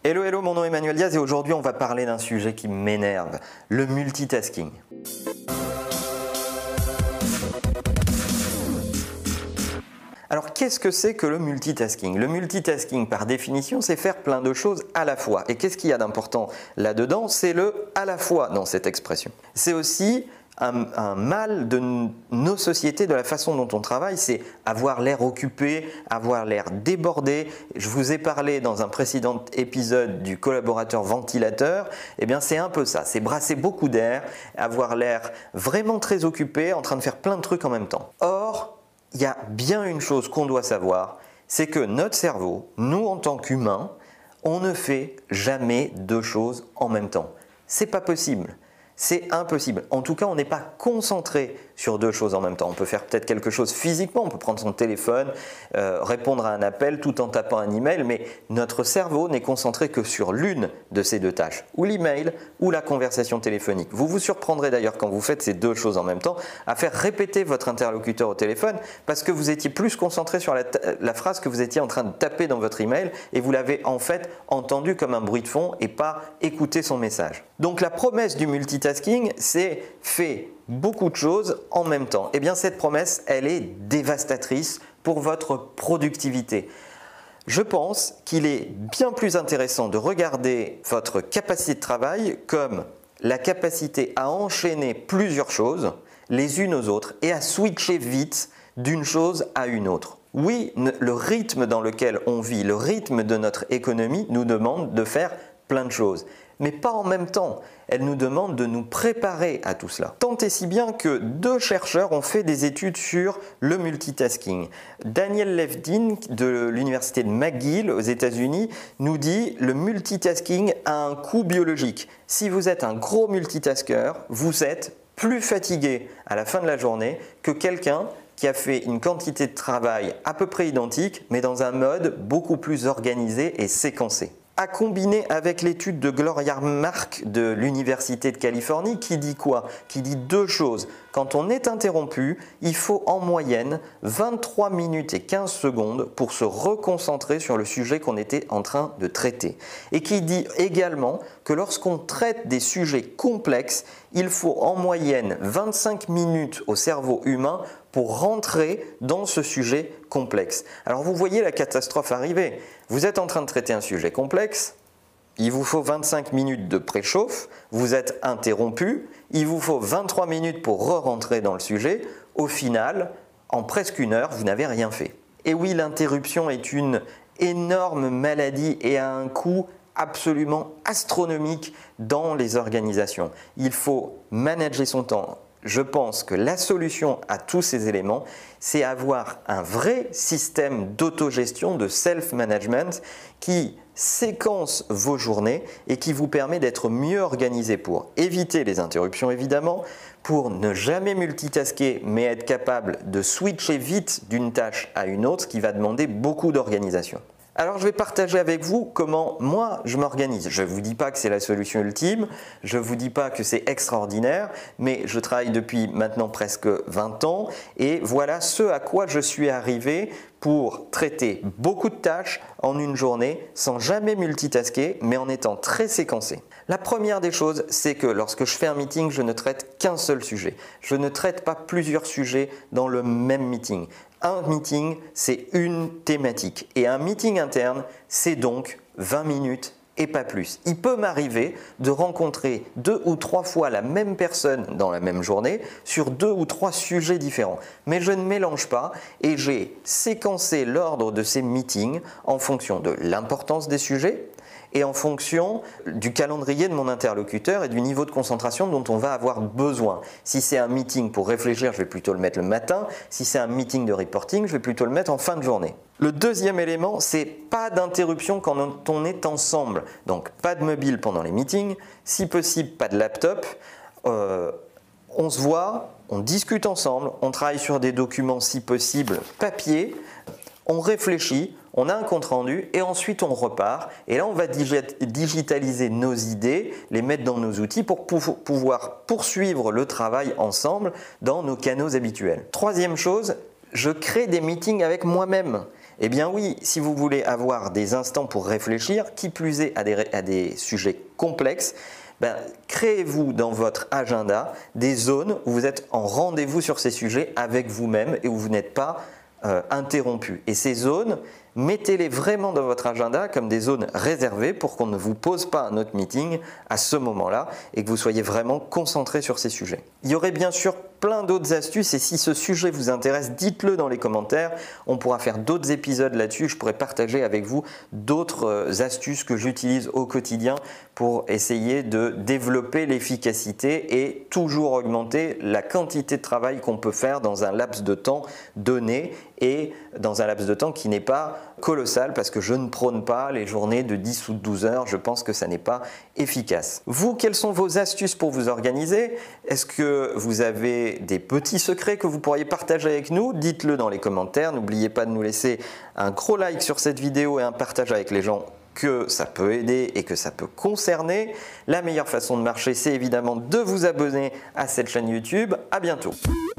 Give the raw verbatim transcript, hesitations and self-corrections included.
Hello, hello, mon nom est Emmanuel Diaz et aujourd'hui on va parler d'un sujet qui m'énerve, le multitasking. Alors qu'est-ce que c'est que le multitasking? Le multitasking par définition c'est faire plein de choses à la fois. Et qu'est-ce qu'il y a d'important là-dedans? C'est le à la fois dans cette expression. C'est aussi un, un mal de nos sociétés, de la façon dont on travaille, c'est avoir l'air occupé, avoir l'air débordé. Je vous ai parlé dans un précédent épisode du collaborateur ventilateur. Eh bien c'est un peu ça, c'est brasser beaucoup d'air, avoir l'air vraiment très occupé, en train de faire plein de trucs en même temps. Or, il y a bien une chose qu'on doit savoir, c'est que notre cerveau, nous en tant qu'humains, on ne fait jamais deux choses en même temps. C'est pas possible. C'est impossible. En tout cas, on n'est pas concentré sur deux choses en même temps. On peut faire peut-être quelque chose physiquement, on peut prendre son téléphone, euh, répondre à un appel tout en tapant un email, mais notre cerveau n'est concentré que sur l'une de ces deux tâches, ou l'email ou la conversation téléphonique. Vous vous surprendrez d'ailleurs quand vous faites ces deux choses en même temps à faire répéter votre interlocuteur au téléphone parce que vous étiez plus concentré sur la, la phrase que vous étiez en train de taper dans votre email et vous l'avez en fait entendu comme un bruit de fond et pas écouté son message. Donc la promesse du multitasking, c'est fait beaucoup de choses en même temps. Eh bien cette promesse, elle est dévastatrice pour votre productivité. Je pense qu'il est bien plus intéressant de regarder votre capacité de travail comme la capacité à enchaîner plusieurs choses les unes aux autres et à switcher vite d'une chose à une autre. Oui, le rythme dans lequel on vit, le rythme de notre économie nous demande de faire plein de choses, mais pas en même temps. Elle nous demande de nous préparer à tout cela. Tant et si bien que deux chercheurs ont fait des études sur le multitasking. Daniel Levdin de l'université de McGill aux États-Unis nous dit le multitasking a un coût biologique. Si vous êtes un gros multitasker, vous êtes plus fatigué à la fin de la journée que quelqu'un qui a fait une quantité de travail à peu près identique, mais dans un mode beaucoup plus organisé et séquencé. À combiner avec l'étude de Gloria Mark de l'Université de Californie qui dit quoi? Qui dit deux choses. Quand on est interrompu, il faut en moyenne vingt-trois minutes et quinze secondes pour se reconcentrer sur le sujet qu'on était en train de traiter. Et qui dit également que lorsqu'on traite des sujets complexes, il faut en moyenne vingt-cinq minutes au cerveau humain pour rentrer dans ce sujet complexe. Alors vous voyez la catastrophe arriver. Vous êtes en train de traiter un sujet complexe, il vous faut vingt-cinq minutes de préchauffe, vous êtes interrompu, il vous faut vingt-trois minutes pour re-rentrer dans le sujet. Au final, en presque une heure, vous n'avez rien fait. Et oui, l'interruption est une énorme maladie et a un coût absolument astronomique dans les organisations. Il faut manager son temps. Je pense que la solution à tous ces éléments, c'est avoir un vrai système d'autogestion, de self-management qui séquence vos journées et qui vous permet d'être mieux organisé pour éviter les interruptions évidemment, pour ne jamais multitasker mais être capable de switcher vite d'une tâche à une autre, ce qui va demander beaucoup d'organisation. Alors je vais partager avec vous comment moi je m'organise. Je ne vous dis pas que c'est la solution ultime, je ne vous dis pas que c'est extraordinaire, mais je travaille depuis maintenant presque vingt ans et voilà ce à quoi je suis arrivé pour traiter beaucoup de tâches en une journée sans jamais multitasker mais en étant très séquencé. La première des choses, c'est que lorsque je fais un meeting, je ne traite qu'un seul sujet. Je ne traite pas plusieurs sujets dans le même meeting. Un meeting, c'est une thématique. Et un meeting interne, c'est donc vingt minutes et pas plus. Il peut m'arriver de rencontrer deux ou trois fois la même personne dans la même journée sur deux ou trois sujets différents. Mais je ne mélange pas et j'ai séquencé l'ordre de ces meetings en fonction de l'importance des sujets et en fonction du calendrier de mon interlocuteur et du niveau de concentration dont on va avoir besoin. Si c'est un meeting pour réfléchir, je vais plutôt le mettre le matin. Si c'est un meeting de reporting, je vais plutôt le mettre en fin de journée. Le deuxième élément, c'est pas d'interruption quand on est ensemble. Donc pas de mobile pendant les meetings, si possible pas de laptop. Euh, on se voit, on discute ensemble, on travaille sur des documents si possible papier, on réfléchit, on a un compte rendu et ensuite on repart. Et là, on va digitaliser nos idées, les mettre dans nos outils pour pouvoir poursuivre le travail ensemble dans nos canaux habituels. Troisième chose, je crée des meetings avec moi-même. Eh bien oui, si vous voulez avoir des instants pour réfléchir, qui plus est à des, à des sujets complexes, ben, créez-vous dans votre agenda des zones où vous êtes en rendez-vous sur ces sujets avec vous-même et où vous n'êtes pas euh, interrompu. Et ces zones, mettez-les vraiment dans votre agenda comme des zones réservées pour qu'on ne vous pose pas un autre meeting à ce moment-là et que vous soyez vraiment concentré sur ces sujets. Il y aurait bien sûr plein d'autres astuces et si ce sujet vous intéresse, dites-le dans les commentaires. On pourra faire d'autres épisodes là-dessus. Je pourrais partager avec vous d'autres astuces que j'utilise au quotidien pour essayer de développer l'efficacité et toujours augmenter la quantité de travail qu'on peut faire dans un laps de temps donné et dans un laps de temps qui n'est pas colossal parce que je ne prône pas les journées de dix ou douze heures. Je pense que ça n'est pas efficace. Vous, quelles sont vos astuces pour vous organiser? Est-ce que vous avez des petits secrets que vous pourriez partager avec nous? Dites-le dans les commentaires. N'oubliez pas de nous laisser un gros like sur cette vidéo et un partage avec les gens que ça peut aider et que ça peut concerner. La meilleure façon de marcher, c'est évidemment de vous abonner à cette chaîne YouTube. À bientôt.